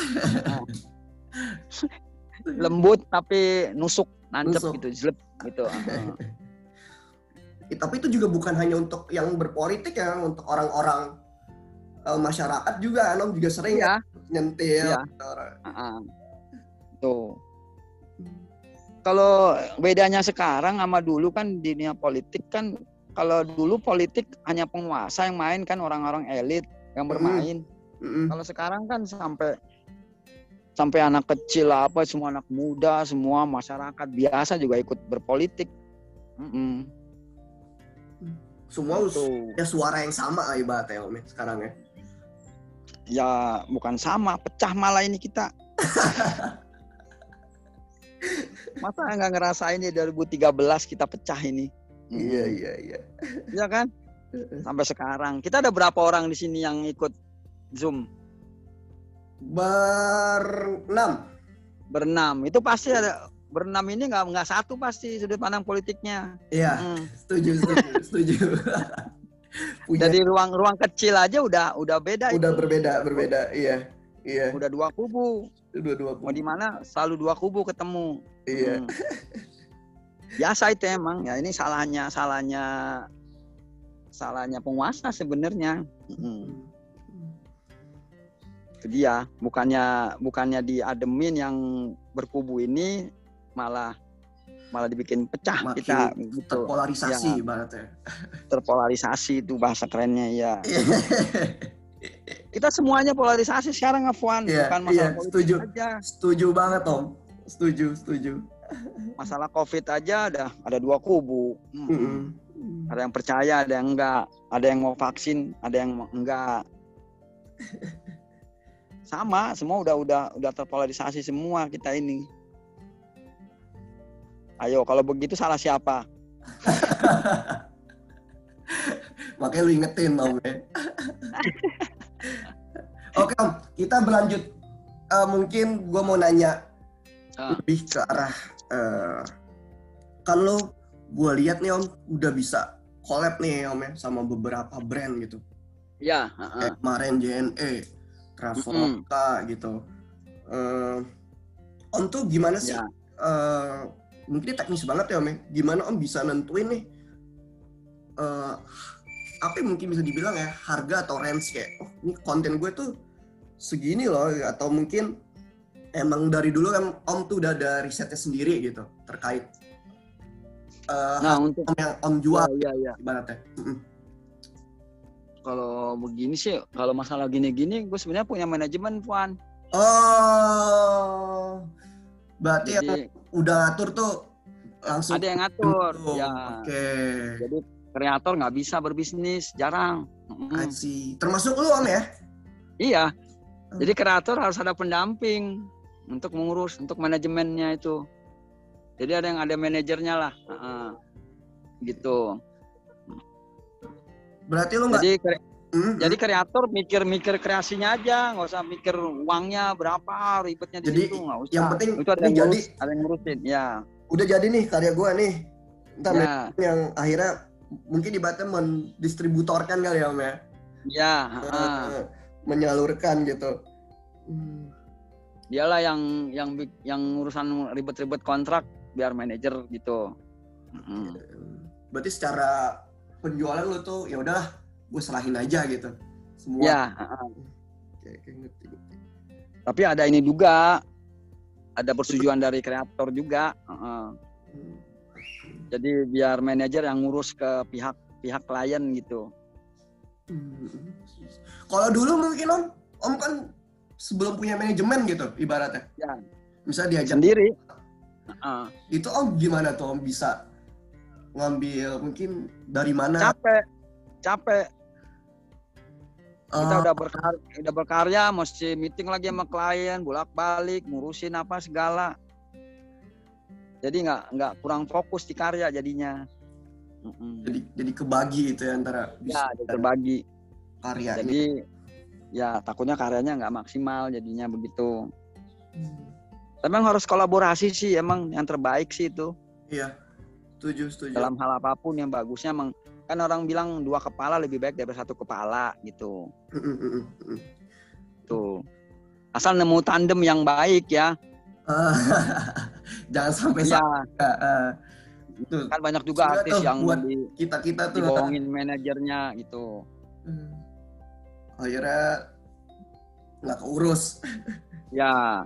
Speaker 2: Lembut tapi nusuk, nancep nusuk. gitu, jelek gitu. Uh-huh.
Speaker 1: Tapi itu juga bukan hanya untuk yang berpolitik ya, untuk orang-orang uh, masyarakat juga, Om juga sering ya, ya nyentil.
Speaker 2: Ya. Uh-huh. Tuh. Kalau bedanya sekarang sama dulu kan di dunia politik kan, kalau dulu politik hanya penguasa yang main kan, orang-orang elit yang bermain. Mm-hmm. Kalau sekarang kan sampai sampai anak kecil apa, semua anak muda, semua masyarakat biasa juga ikut berpolitik. Mm-hmm.
Speaker 1: Semua punya suara yang sama ibaratnya Om sekarang ya.
Speaker 2: Ya bukan sama, pecah malah ini kita. Masa nggak ngerasain di dua ribu tiga belas kita pecah ini?
Speaker 1: Iya hmm. iya iya.
Speaker 2: Iya kan? Sampai sekarang kita ada berapa orang di sini yang ikut Zoom?
Speaker 1: Berenam.
Speaker 2: Berenam. Itu pasti ada berenam ini nggak nggak satu pasti sudut pandang politiknya.
Speaker 1: Iya. Hmm. Setuju setuju setuju.
Speaker 2: Punya... Jadi ruang-ruang kecil aja udah udah beda.
Speaker 1: Udah
Speaker 2: itu.
Speaker 1: berbeda berbeda iya iya.
Speaker 2: Udah dua kubu.
Speaker 1: Dua dua kubu.
Speaker 2: Mau di mana selalu dua kubu ketemu.
Speaker 1: Iya. Hmm.
Speaker 2: Biasa itu emang ya, ini salahnya salahnya salahnya penguasa sebenarnya. Hmm. Itu dia, bukannya bukannya diademin yang berkubu ini malah malah dibikin pecah. Makin kita gitu.
Speaker 1: Terpolarisasi
Speaker 2: ya,
Speaker 1: ibaratnya.
Speaker 2: Terpolarisasi itu bahasa kerennya ya. Kita semuanya polarisasi sekarang, Afwan,
Speaker 1: yeah,
Speaker 2: bukan masalah
Speaker 1: yeah,
Speaker 2: politik
Speaker 1: setuju.
Speaker 2: aja.
Speaker 1: Setuju banget, Om. Setuju, setuju.
Speaker 2: Masalah Covid aja ada ada dua kubu. Hmm. Mm-hmm. Ada yang percaya, ada yang enggak. Ada yang mau vaksin, ada yang enggak. Sama, semua udah udah udah terpolarisasi semua kita ini. Ayo, kalau begitu salah siapa?
Speaker 1: Makanya lu ingetin, Om. Oke Om, kita berlanjut. Uh, mungkin gue mau nanya ah. lebih ke arah uh, kan lo gue lihat nih Om udah bisa collab nih Om ya sama beberapa brand gitu.
Speaker 2: Ya. Uh-uh.
Speaker 1: Kayak kemarin J N E, Traveloka mm-hmm. gitu. Uh, Om tuh gimana sih? Ya. Uh, mungkin teknis banget ya Om ya. Gimana Om bisa nentuin nih? Uh, apa yang mungkin bisa dibilang ya harga atau range kayak oh ini konten gue tuh segini loh atau mungkin emang dari dulu kan Om tuh udah ada risetnya sendiri gitu terkait uh,
Speaker 2: nah untuk
Speaker 1: yang Om jual
Speaker 2: ya, ya, ya.
Speaker 1: ibaratnya. Mm-hmm.
Speaker 2: Kalau begini sih kalau masalah gini-gini gue sebenarnya punya manajemen Puan.
Speaker 1: Oh berarti Jadi, yang udah ngatur tuh langsung
Speaker 2: ada yang ngatur
Speaker 1: oh,
Speaker 2: ya.
Speaker 1: Oke. Okay.
Speaker 2: Jadi kreator nggak bisa berbisnis, jarang.
Speaker 1: I see. Termasuk lu Om ya?
Speaker 2: Iya. Jadi kreator harus ada pendamping untuk mengurus, untuk manajemennya itu. Jadi ada yang ada manajernya lah, uh, gitu.
Speaker 1: Berarti lu nggak?
Speaker 2: Jadi, kre- mm-hmm. jadi kreator mikir-mikir kreasinya aja, nggak usah mikir uangnya berapa, ribetnya di
Speaker 1: jadi,
Speaker 2: situ nggak usah.
Speaker 1: Yang penting
Speaker 2: itu ada yang
Speaker 1: jadi,
Speaker 2: ngurus, ada yang ngurusin, ya.
Speaker 1: Udah jadi nih karya gua nih. Entar
Speaker 2: ya.
Speaker 1: yang akhirnya mungkin ibaratnya mendistributorkan kali ya Om ya?
Speaker 2: Iya.
Speaker 1: Uh, menyalurkan gitu. Hmm.
Speaker 2: Dialah yang yang yang urusan ribet-ribet kontrak biar manajer gitu. Hmm.
Speaker 1: Berarti secara penjualan lu tuh ya udahlah, gue serahin aja gitu. Semua.
Speaker 2: Ya.
Speaker 1: Oke, oke, ngerti, ngerti.
Speaker 2: Tapi ada ini juga, ada persetujuan dari kreator juga. Uh-uh. Hmm. Jadi biar manajer yang ngurus ke pihak pihak klien gitu.
Speaker 1: Hmm. Kalau dulu mungkin Om, Om kan sebelum punya manajemen gitu ibaratnya.
Speaker 2: Ya.
Speaker 1: Misalnya diajak
Speaker 2: sendiri. Uh.
Speaker 1: Itu Om gimana tuh Om bisa ngambil mungkin dari mana?
Speaker 2: Capek, capek. Uh. Kita udah berkarya, udah berkarya, mesti meeting lagi sama klien, bolak-balik, ngurusin apa segala. Jadi nggak nggak kurang fokus di karya jadinya. Mm-mm.
Speaker 1: Jadi jadi kebagi gitu ya antara
Speaker 2: ya jadi terbagi
Speaker 1: karya.
Speaker 2: Jadi ya takutnya karyanya nggak maksimal jadinya begitu. Hmm. Tapi emang harus kolaborasi sih emang yang terbaik sih itu.
Speaker 1: Iya, setuju setuju.
Speaker 2: Dalam hal apapun yang bagusnya emang kan orang bilang dua kepala lebih baik daripada satu kepala gitu.
Speaker 1: Mm-mm.
Speaker 2: Tuh asal nemu tandem yang baik ya.
Speaker 1: Jangan sampai
Speaker 2: ya.
Speaker 1: uh,
Speaker 2: Tuh. Kan banyak juga Sudah artis yang
Speaker 1: buat di, kita kita tuh
Speaker 2: dibohongin manajernya gitu.
Speaker 1: Hmm. Akhirnya nggak keurus.
Speaker 2: Ya.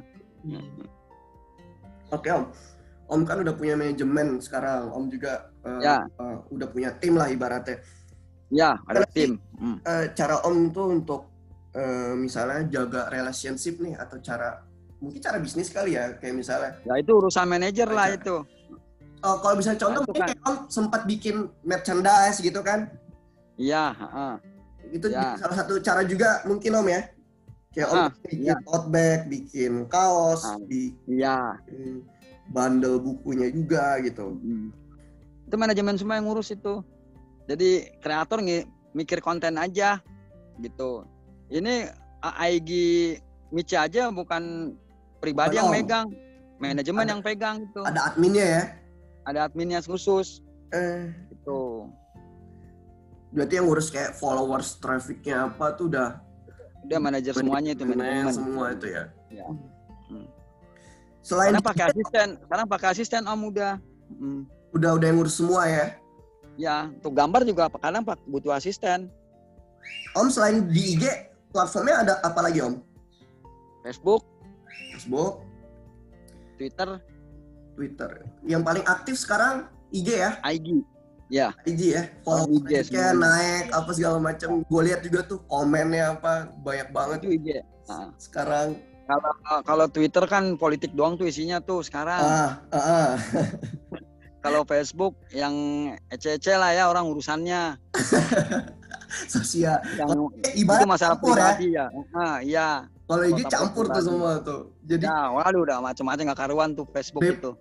Speaker 1: Oke Om, Om kan udah punya manajemen sekarang. Om juga uh,
Speaker 2: ya.
Speaker 1: uh, udah punya tim lah ibaratnya.
Speaker 2: Ya, ada Karena tim.
Speaker 1: Hmm. Uh, cara Om tuh untuk uh, misalnya jaga relationship nih atau cara mungkin cara bisnis kali ya kayak misalnya.
Speaker 2: Ya itu urusan manajer lah itu.
Speaker 1: Oh, kalau bisa contoh nah, mungkin kan. Om sempat bikin merchandise gitu kan?
Speaker 2: Iya. Uh,
Speaker 1: itu
Speaker 2: ya.
Speaker 1: salah satu cara juga mungkin Om ya. Kayak Om uh, bikin ya. tote bag, bikin kaos, uh, bikin
Speaker 2: ya.
Speaker 1: bundle bukunya juga gitu.
Speaker 2: Hmm. Itu manajemen semua yang ngurus itu. Jadi kreator ng- mikir konten aja gitu. Ini I G Micha aja bukan pribadi bukan yang om. megang, manajemen ada, yang pegang gitu.
Speaker 1: Ada adminnya ya?
Speaker 2: Ada adminnya khusus.
Speaker 1: Eh.
Speaker 2: Gitu.
Speaker 1: Berarti yang ngurus kayak followers, trafficnya apa tuh udah
Speaker 2: udah manajer semuanya itu manajemen
Speaker 1: semua itu ya.
Speaker 2: Ya. Hmm.
Speaker 1: Selain
Speaker 2: sekarang pakai asisten, sekarang pakai asisten Om udah. Hmm.
Speaker 1: Udah udah yang ngurus semua ya.
Speaker 2: Ya, untuk gambar juga kadang butuh asisten.
Speaker 1: Om selain di I G, platformnya ada apa lagi Om?
Speaker 2: Facebook,
Speaker 1: Facebook,
Speaker 2: Twitter,
Speaker 1: Twitter. Yang paling aktif sekarang I G ya?
Speaker 2: I G. Ya.
Speaker 1: I G ya. Follow I G naik apa segala macam. Gue lihat juga tuh komennya apa banyak banget.
Speaker 2: Itu I G. Nah.
Speaker 1: Sekarang
Speaker 2: kalau kalau Twitter kan politik doang tuh isinya tuh sekarang.
Speaker 1: Ah, ah, ah.
Speaker 2: Kalau Facebook yang ece-ece lah ya orang urusannya.
Speaker 1: Sosial.
Speaker 2: Yang itu masalah pribadi ya. ya. Ah, iya.
Speaker 1: Kalau I G campur tuh semua tuh. Jadi
Speaker 2: ya, waduh udah macam-macam nggak karuan tuh Facebook Beb. itu.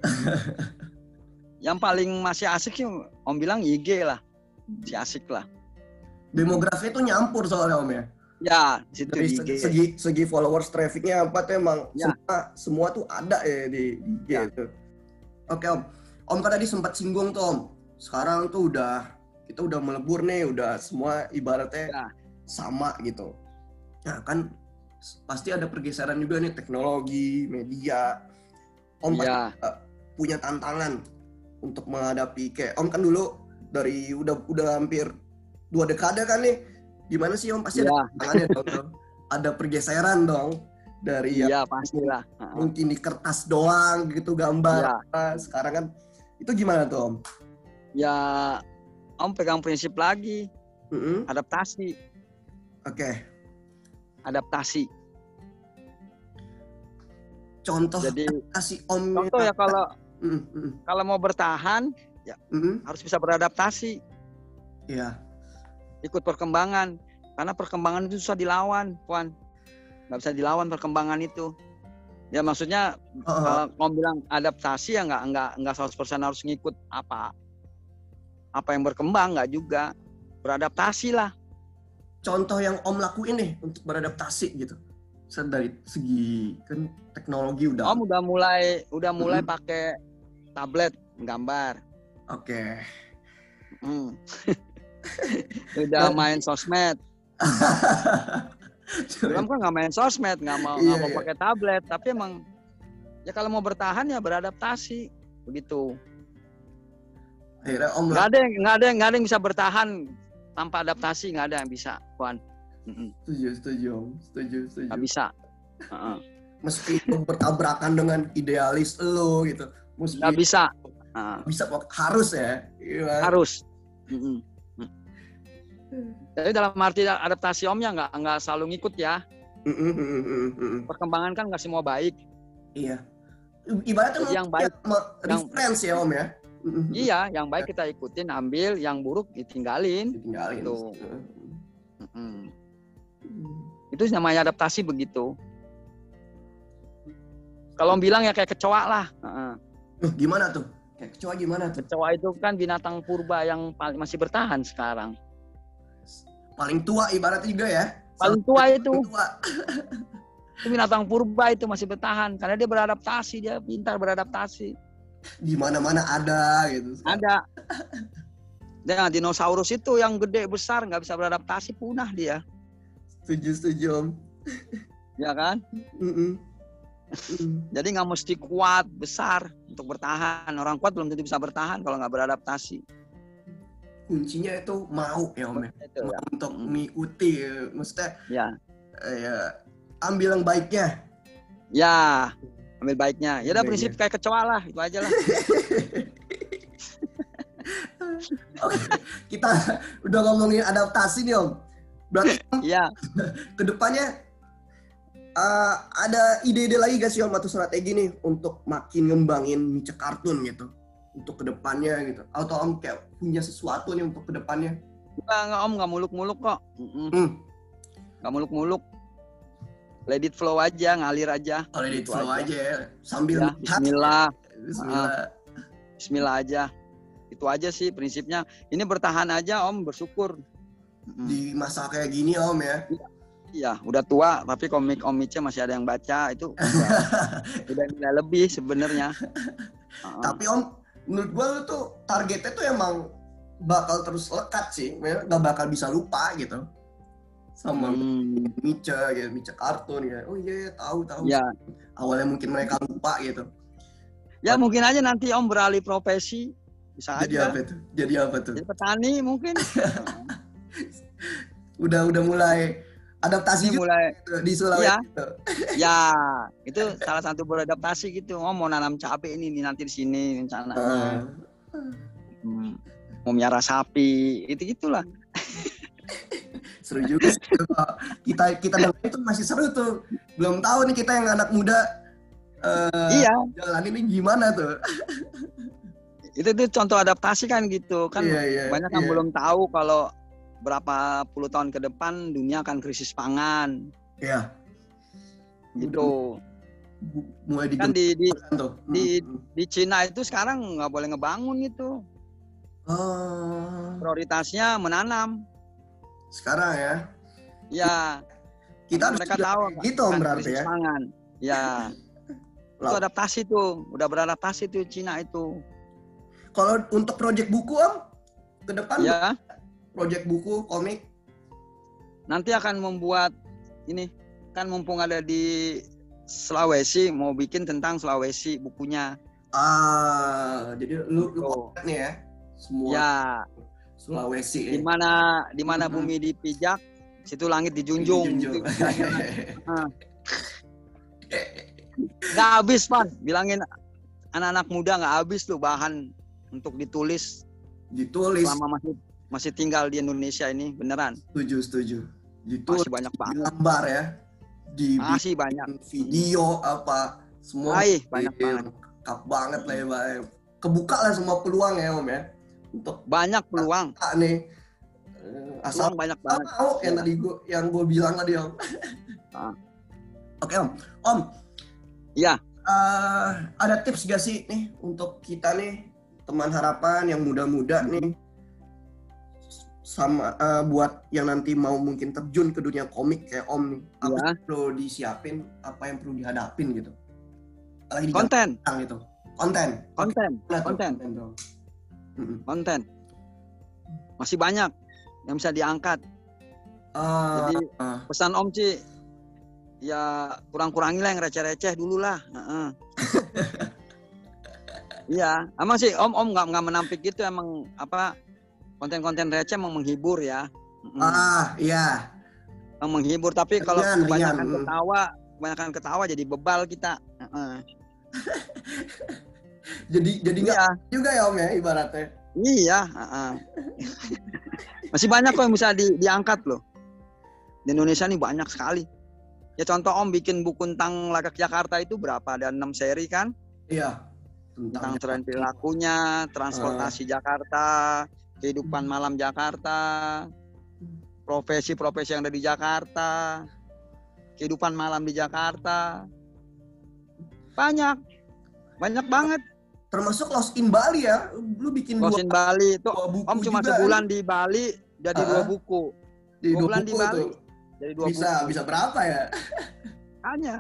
Speaker 2: Yang paling masih asik sih Om bilang I G lah. Si asik lah.
Speaker 1: Demografi itu nyampur soalnya Om ya.
Speaker 2: Ya, di situ
Speaker 1: dari
Speaker 2: di I G.
Speaker 1: segi, segi segi followers trafficnya apa tuh emang
Speaker 2: ya.
Speaker 1: semua semua tuh ada ya di, di I G ya. Itu. Oke Om, Om kan tadi sempat singgung tuh Om. Sekarang tuh udah kita udah melebur nih, udah semua ibaratnya ya. sama gitu. Nah kan pasti ada pergeseran juga nih teknologi, media. Om ya. pasti uh, punya tantangan untuk menghadapi kayak Om kan dulu dari udah udah hampir dua dekade kan nih. Gimana sih Om pasti ya. ada tantangannya dong. Ada pergeseran dong dari
Speaker 2: ya, pastilah.
Speaker 1: Mungkin di kertas doang gitu gambar. Ya. Sekarang kan itu gimana tuh Om?
Speaker 2: Ya Om pegang prinsip lagi.
Speaker 1: Mm-hmm.
Speaker 2: Adaptasi.
Speaker 1: Oke. Okay.
Speaker 2: Adaptasi.
Speaker 1: Contoh
Speaker 2: Jadi
Speaker 1: adaptasi Om.
Speaker 2: Contoh ya kalau
Speaker 1: mm-hmm.
Speaker 2: kalau mau bertahan ya mm-hmm. harus bisa beradaptasi.
Speaker 1: Iya.
Speaker 2: Ikut perkembangan, karena perkembangan itu susah dilawan, Puan. Nggak bisa dilawan perkembangan itu. Ya maksudnya uh-huh. kalau kamu bilang adaptasi ya nggak nggak nggak seratus persen harus ngikut apa apa yang berkembang, nggak juga. Beradaptasi lah.
Speaker 1: Contoh yang Om lakuin nih untuk beradaptasi gitu. Dari segi kan teknologi udah.
Speaker 2: Om udah mulai udah mulai mm-hmm. pakai tablet gambar.
Speaker 1: Oke. Okay.
Speaker 2: Hmm. Udah main sosmed. Belum kan nggak main sosmed, nggak mau nggak iya, mau iya. pakai tablet, tapi emang ya kalau mau bertahan ya beradaptasi begitu.
Speaker 1: Akhirnya Om
Speaker 2: nggak ada yang nggak ada yang nggak ada yang bisa bertahan tanpa adaptasi, nggak ada yang bisa, Puan.
Speaker 1: Setuju, setuju Om, setuju, setuju.
Speaker 2: Nggak bisa. Uh-uh.
Speaker 1: Meski bertabrakan dengan idealis lo gitu. Meski
Speaker 2: nggak bisa. Uh.
Speaker 1: Bisa harus ya. Gimana?
Speaker 2: Harus. Uh-uh. Jadi dalam arti adaptasi Om ya nggak nggak selalu ngikut ya.
Speaker 1: Mm, mm, mm, mm.
Speaker 2: Perkembangan kan nggak semua baik.
Speaker 1: Iya. Ibaratnya
Speaker 2: yang baik,
Speaker 1: yang reference ya Om ya.
Speaker 2: Mm, iya, yang baik kita ikutin, ambil, yang buruk ditinggalin.
Speaker 1: Ditinggalin.
Speaker 2: Gitu. Mm. Itu namanya adaptasi begitu. Kalau Om bilang ya kayak kecoa lah. Uh-uh.
Speaker 1: Gimana tuh? Kayak kecoa gimana tuh?
Speaker 2: Kecoa itu kan binatang purba yang paling masih bertahan sekarang.
Speaker 1: Paling tua ibaratnya juga ya.
Speaker 2: Paling tua itu. Tua. Itu binatang purba itu masih bertahan karena dia beradaptasi, dia pintar beradaptasi.
Speaker 1: Di mana-mana ada gitu.
Speaker 2: Ada. Dan dinosaurus itu yang gede besar nggak bisa beradaptasi, punah dia.
Speaker 1: Setuju, setuju Om.
Speaker 2: Ya kan?
Speaker 1: Mm-mm.
Speaker 2: Jadi nggak mesti kuat besar untuk bertahan. Orang kuat belum tentu bisa bertahan kalau nggak beradaptasi.
Speaker 1: Kuncinya itu mau ya Om ya,
Speaker 2: itu, ya.
Speaker 1: Untuk mengikuti, maksudnya
Speaker 2: ya.
Speaker 1: ya ambil yang baiknya.
Speaker 2: Ya, ambil baiknya. Ya udah prinsip kayak kecoa lah, itu aja lah.
Speaker 1: Oke, kita udah ngomongin adaptasi nih Om. Berarti
Speaker 2: ya.
Speaker 1: kedepannya uh, ada ide-ide lagi gak sih Om atau strategi nih untuk makin ngembangin Mice Kartun gitu? Untuk kedepannya gitu, atau Om kayak punya sesuatu nih untuk kedepannya?
Speaker 2: Enggak, enggak Om, nggak muluk-muluk kok. Hmm. Nggak muluk-muluk, let it flow aja, ngalir aja.
Speaker 1: Oh, let it flow aja, aja ya. Sambil
Speaker 2: ya, Bismillah.
Speaker 1: Bismillah.
Speaker 2: Uh, Bismillah aja. Itu aja sih prinsipnya. Ini bertahan aja Om, bersyukur.
Speaker 1: Di masa kayak gini Om ya.
Speaker 2: Iya, udah tua, tapi komik Om Mice masih ada yang baca, itu udah, udah nilai lebih sebenarnya. Uh-uh.
Speaker 1: Tapi Om, menurut gue lu tuh targetnya tuh emang bakal terus lekat sih, nggak bakal bisa lupa gitu sama hmm. Mice gitu, Mice Kartun gitu. Oh iya, tahu tahu.
Speaker 2: Ya.
Speaker 1: Awalnya mungkin mereka lupa gitu.
Speaker 2: Ya But, mungkin aja nanti Om beralih profesi, bisa
Speaker 1: jadi
Speaker 2: aja.
Speaker 1: Apa itu? Jadi apa tuh?
Speaker 2: Jadi petani mungkin.
Speaker 1: udah udah mulai adaptasi
Speaker 2: juga mulai
Speaker 1: di Sulawesi.
Speaker 2: Ya, gitu. Ya, itu salah satu beradaptasi gitu. Oh, mau nanam cabai ini nanti di sini rencana. Uh. Hmm, mau miara sapi, itu gitulah.
Speaker 1: Seru juga sih. Kita kita dengar itu masih seru tuh. Belum tahu nih kita yang anak muda uh,
Speaker 2: iya.
Speaker 1: jalan ini gimana tuh.
Speaker 2: Itu tuh contoh adaptasi kan gitu. Kan
Speaker 1: iya, iya,
Speaker 2: banyak yang
Speaker 1: iya.
Speaker 2: belum tahu kalau berapa puluh tahun ke depan dunia akan krisis pangan.
Speaker 1: Iya.
Speaker 2: Gitu.
Speaker 1: Mulai
Speaker 2: kan di di,
Speaker 1: tuh.
Speaker 2: di di Cina itu sekarang nggak boleh ngebangun itu.
Speaker 1: Oh.
Speaker 2: Prioritasnya menanam.
Speaker 1: Sekarang ya.
Speaker 2: Ya.
Speaker 1: Kita
Speaker 2: mereka tahu
Speaker 1: gitu Om berarti ya.
Speaker 2: Pangan. Ya. Itu adaptasi tuh, udah beradaptasi tuh Cina itu.
Speaker 1: Kalau untuk proyek buku Om, ke depan
Speaker 2: ya.
Speaker 1: Proyek buku, komik?
Speaker 2: Nanti akan membuat ini, kan mumpung ada di Sulawesi, mau bikin tentang Sulawesi bukunya.
Speaker 1: Ah, jadi lu, lu nih ya, semua
Speaker 2: ya.
Speaker 1: Sulawesi.
Speaker 2: Di mana di mana mm-hmm. bumi dipijak, situ langit dijunjung.
Speaker 1: dijunjung.
Speaker 2: Nggak habis Pan, bilangin anak-anak muda nggak habis tuh bahan untuk ditulis.
Speaker 1: Ditulis.
Speaker 2: Selama masih masih tinggal di Indonesia ini, beneran.
Speaker 1: Setuju, setuju. Ditulis,
Speaker 2: masih banyak banget.
Speaker 1: Gambar ya. Di
Speaker 2: masih banyak.
Speaker 1: Video apa, semua.
Speaker 2: Ay, banyak banget.
Speaker 1: Lengkap banget lah ya, Pak. Kebuka lah semua peluang ya Om ya. Untuk
Speaker 2: banyak peluang.
Speaker 1: Nih. Asal
Speaker 2: peluang banyak banget.
Speaker 1: Mau yang ya. tadi gua yang gue bilang tadi Om.
Speaker 2: Ah.
Speaker 1: Oke Om. Om.
Speaker 2: Iya.
Speaker 1: Uh, ada tips gak sih nih untuk kita nih teman harapan yang muda-muda nih sama uh, buat yang nanti mau mungkin terjun ke dunia komik kayak Om nih, apa
Speaker 2: ya.
Speaker 1: yang perlu disiapin, apa yang perlu dihadapin gitu? Lagi
Speaker 2: konten.
Speaker 1: Gitu. Konten.
Speaker 2: Konten. Konten. Konten.
Speaker 1: Mm-hmm.
Speaker 2: Konten. Masih banyak yang bisa diangkat. Uh, Jadi uh. pesan Om Ci, ya kurang-kurangin lah yang receh-receh dulu lah. Uh-uh. Iya, emang sih Om Om nggak nggak menampik gitu, emang apa konten-konten receh emang menghibur ya.
Speaker 1: Mm. Ah iya.
Speaker 2: Emang menghibur, tapi kalau kebanyakan ringan. ketawa, kebanyakan ketawa jadi bebal kita. Uh-uh.
Speaker 1: jadi jadi nggak
Speaker 2: iya.
Speaker 1: juga ya Om ya ibaratnya.
Speaker 2: Iya. Uh-uh. Masih banyak kok yang bisa di, diangkat loh. Di Indonesia nih banyak sekali. Ya contoh Om bikin buku tentang Lagak Jakarta itu berapa? Ada enam seri kan?
Speaker 1: Iya.
Speaker 2: Tentang tren perilakunya, transportasi uh. Jakarta, kehidupan malam Jakarta, profesi-profesi yang ada di Jakarta, kehidupan malam di Jakarta. Banyak. Banyak banget.
Speaker 1: Termasuk Lost in Bali ya. Lu bikin
Speaker 2: Lost
Speaker 1: dua,
Speaker 2: in Bali itu Om cuma
Speaker 1: juga,
Speaker 2: sebulan
Speaker 1: ya?
Speaker 2: di Bali jadi uh. dua buku.
Speaker 1: Di
Speaker 2: dua
Speaker 1: dua
Speaker 2: bulan
Speaker 1: buku
Speaker 2: di Bali.
Speaker 1: Tuh.
Speaker 2: Jadi dua
Speaker 1: bisa
Speaker 2: buku.
Speaker 1: bisa berapa ya?
Speaker 2: Hanya.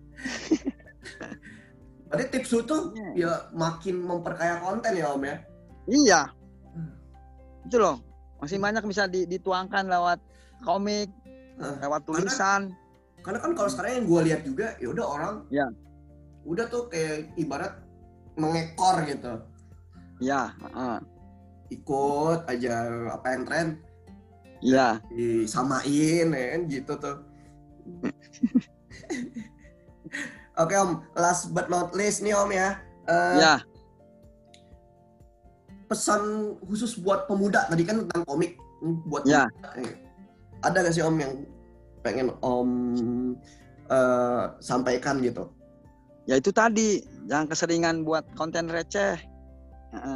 Speaker 1: Berarti tips lu tuh yeah. ya makin memperkaya konten ya Om ya?
Speaker 2: Iya. Hmm. Itu loh. Masih banyak bisa dituangkan lewat komik, nah, lewat tulisan.
Speaker 1: Karena, karena kan kalau sekarang yang gue lihat juga, ya udah orang,
Speaker 2: ya.
Speaker 1: udah tuh kayak ibarat mengekor gitu.
Speaker 2: Ya. Uh.
Speaker 1: Ikut aja apa yang tren.
Speaker 2: Iya.
Speaker 1: Disamain ya kan gitu tuh. Oke Om, last but not least nih Om ya. Uh,
Speaker 2: ya.
Speaker 1: Pesan khusus buat pemuda, tadi kan tentang komik. Buat
Speaker 2: ya.
Speaker 1: pemuda, eh, ada gak sih Om yang pengen Om uh, sampaikan gitu?
Speaker 2: Ya itu tadi, jangan keseringan buat konten receh. Uh-uh.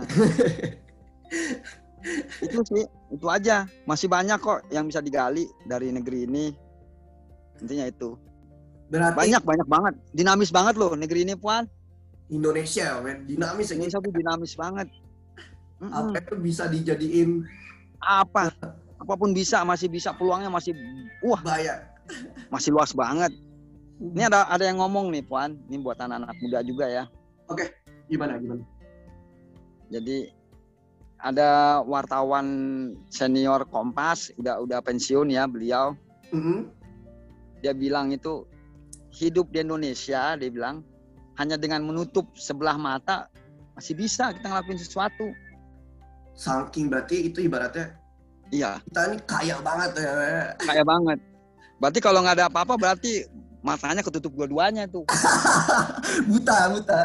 Speaker 2: Itu sih, itu aja. Masih banyak kok yang bisa digali dari negeri ini. Intinya itu.
Speaker 1: Berarti
Speaker 2: banyak banyak banget, dinamis banget loh negeri ini Puan.
Speaker 1: Indonesia, men, dinamis.
Speaker 2: Indonesia tuh dinamis banget.
Speaker 1: Apa mm-mm. itu bisa dijadiin
Speaker 2: apa? Apapun bisa, masih bisa, peluangnya masih wah
Speaker 1: banyak.
Speaker 2: Masih luas banget. Ini ada ada yang ngomong nih Puan, ini buat anak-anak muda juga ya.
Speaker 1: Oke, gimana gimana?
Speaker 2: Jadi ada wartawan senior Kompas, udah udah pensiun ya beliau.
Speaker 1: Mm-hmm.
Speaker 2: Dia bilang itu hidup di Indonesia, dia bilang hanya dengan menutup sebelah mata masih bisa kita ngelakuin sesuatu.
Speaker 1: Saking berarti itu ibaratnya.
Speaker 2: Iya.
Speaker 1: Kita ini kaya banget ya.
Speaker 2: Kaya banget. Berarti kalau nggak ada apa-apa berarti matanya ketutup dua-duanya tuh.
Speaker 1: buta buta.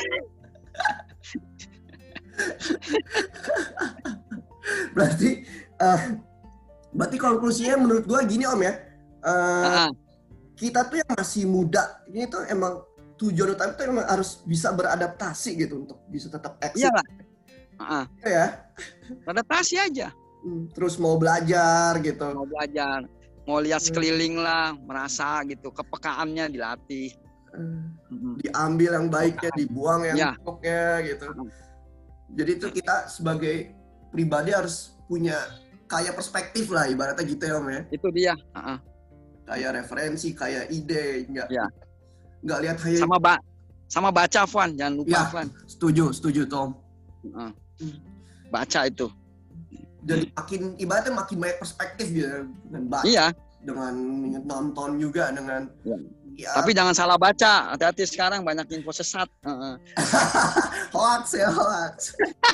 Speaker 1: berarti uh, berarti konklusinya menurut gua gini Om ya. Uh, uh-huh. Kita tuh yang masih muda ini tuh emang tujuan utama tuh emang harus bisa beradaptasi gitu untuk bisa tetap eksis.
Speaker 2: Iya lah. Uh-huh.
Speaker 1: Ya.
Speaker 2: Adaptasi aja.
Speaker 1: Terus mau belajar gitu.
Speaker 2: Mau belajar, mau lihat sekeliling lah, merasa gitu, kepekaannya dilatih.
Speaker 1: Uh, diambil yang baiknya, dibuang yang ya. buruknya gitu. Uh-huh. Jadi itu kita sebagai pribadi harus punya kayak perspektif lah ibaratnya gitu ya Om ya.
Speaker 2: Itu dia. Uh-huh.
Speaker 1: kayak referensi, kayak ide, nggak
Speaker 2: ya.
Speaker 1: nggak lihat hanya
Speaker 2: sama ba sama baca Van, jangan lupa
Speaker 1: ya,
Speaker 2: Van.
Speaker 1: Setuju, setuju Tom.
Speaker 2: Uh, baca itu.
Speaker 1: Jadi makin ibaratnya makin banyak perspektif gitu dengan baca,
Speaker 2: iya.
Speaker 1: dengan nonton juga dengan.
Speaker 2: Ya. Ya. Tapi jangan salah baca, hati-hati sekarang banyak info sesat. Uh -uh.
Speaker 1: Hoax ya hoax.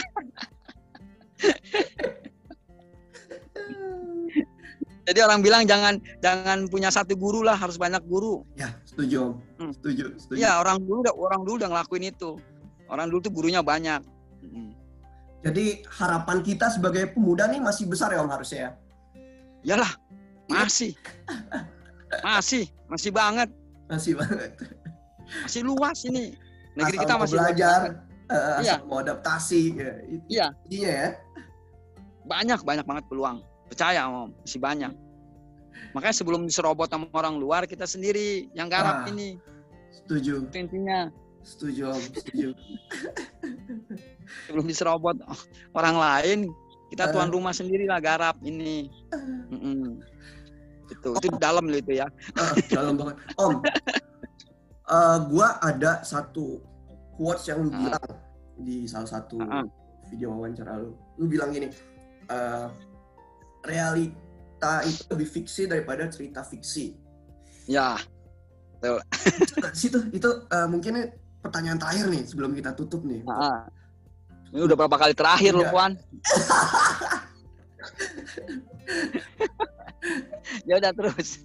Speaker 2: Jadi orang bilang jangan jangan punya satu guru lah, harus banyak guru.
Speaker 1: Ya, setuju, hmm. setuju, setuju.
Speaker 2: Iya, orang dulu udah orang dulu udah ngelakuin itu. Orang dulu tuh gurunya banyak. Hmm.
Speaker 1: Jadi harapan kita sebagai pemuda nih masih besar ya Om harusnya ya?
Speaker 2: Iyalah, masih. masih, masih banget.
Speaker 1: Masih banget.
Speaker 2: Masih luas ini. Negeri
Speaker 1: asal
Speaker 2: kita masih
Speaker 1: belajar, uh,
Speaker 2: iya.
Speaker 1: asal mau adaptasi. Ya.
Speaker 2: Iya.
Speaker 1: Iya ya.
Speaker 2: Banyak, banyak banget peluang. Percaya Om, masih banyak. Makanya sebelum diserobot sama orang luar, kita sendiri yang garap ah, ini.
Speaker 1: Setuju.
Speaker 2: Itu intinya.
Speaker 1: Setuju Om, setuju.
Speaker 2: Sebelum diserobot orang lain, kita uh. tuan rumah sendiri lah garap ini. Uh. Mm-mm. Itu, itu dalam loh itu ya.
Speaker 1: Uh, dalam banget. Om, uh, gua ada satu quotes yang lu uh. bilang di salah satu uh-uh. video wawancara lu. Lu bilang gini, uh, realita itu lebih fiksi daripada cerita fiksi.
Speaker 2: Ya, betul.
Speaker 1: Situ itu uh, mungkin pertanyaan terakhir nih sebelum kita tutup nih.
Speaker 2: Uh-uh. Ini udah berapa kali terakhir loh, Puan? Ya udah terus.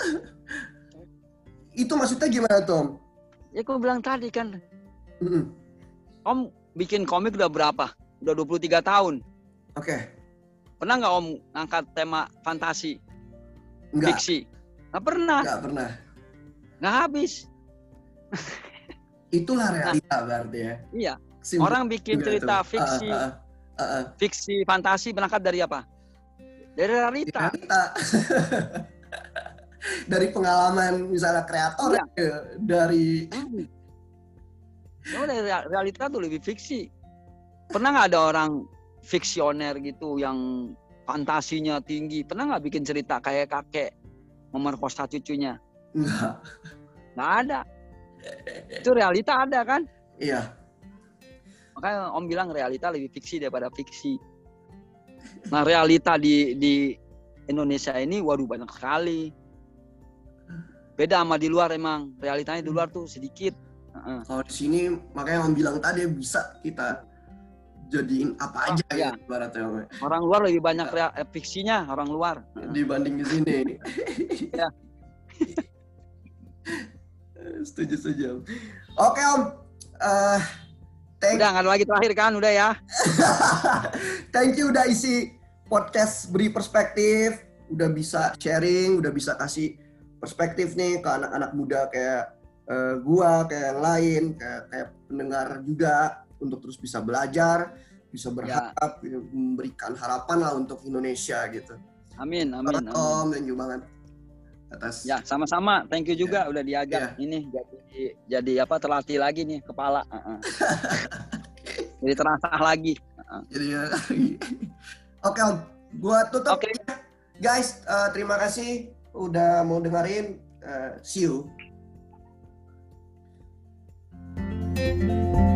Speaker 1: Itu maksudnya gimana, Tom?
Speaker 2: Ya aku bilang tadi kan.
Speaker 1: Mm-hmm.
Speaker 2: Om bikin komik udah berapa? Udah dua puluh tiga tahun.
Speaker 1: Oke. Okay.
Speaker 2: Pernah nggak Om ngangkat tema fantasi?
Speaker 1: Enggak.
Speaker 2: Fiksi? Nggak pernah.
Speaker 1: Nggak pernah.
Speaker 2: Nggak habis.
Speaker 1: Itulah realita nah, berarti ya.
Speaker 2: Iya. Simpel. Orang bikin cerita itu. fiksi, uh, uh, uh, uh. fiksi fantasi berangkat dari apa? Dari realita.
Speaker 1: realita. Dari pengalaman misalnya kreator,
Speaker 2: ya.
Speaker 1: ya. dari.
Speaker 2: Hmm. Oh, dari realita tuh lebih fiksi. Pernah nggak ada orang fiksioner gitu yang fantasinya tinggi? Pernah nggak bikin cerita kayak kakek memerkosa cucunya?
Speaker 1: Nggak.
Speaker 2: Nggak ada. Itu realita ada kan?
Speaker 1: Iya.
Speaker 2: Makanya Om bilang realita lebih fiksi daripada fiksi. Nah realita di di Indonesia ini waduh banyak sekali. Beda sama di luar emang. Realitanya di luar tuh sedikit. Uh-uh.
Speaker 1: Kalau di sini makanya Om bilang tadi bisa kita jadiin apa aja
Speaker 2: oh, ya.
Speaker 1: Ibaratnya.
Speaker 2: Orang luar lebih banyak real, eh, fiksinya orang luar.
Speaker 1: Dibanding di sini.
Speaker 2: Ya.
Speaker 1: Setuju setuju. Oke Om. Uh, thank...
Speaker 2: Udah nggak ada lagi terakhir kan udah ya.
Speaker 1: Thank you udah isi podcast Beri Perspektif. Udah bisa sharing, udah bisa kasih perspektif nih ke anak-anak muda kayak uh, gua, kayak yang lain, kayak, kayak pendengar juga untuk terus bisa belajar, bisa berharap, ya. Memberikan harapan lah untuk Indonesia gitu.
Speaker 2: Amin, amin.
Speaker 1: amin. Om, thank you banget atas.
Speaker 2: Ya, sama-sama. Thank you juga ya. Udah diajak ya. Ini jadi jadi apa terlatih lagi nih kepala. Uh-uh. Jadi terasah lagi. Uh-uh.
Speaker 1: Jadi lagi. Oke Om, gua tutup.
Speaker 2: Okay.
Speaker 1: Ya. Guys, uh, terima kasih udah mau dengerin. Uh, see you.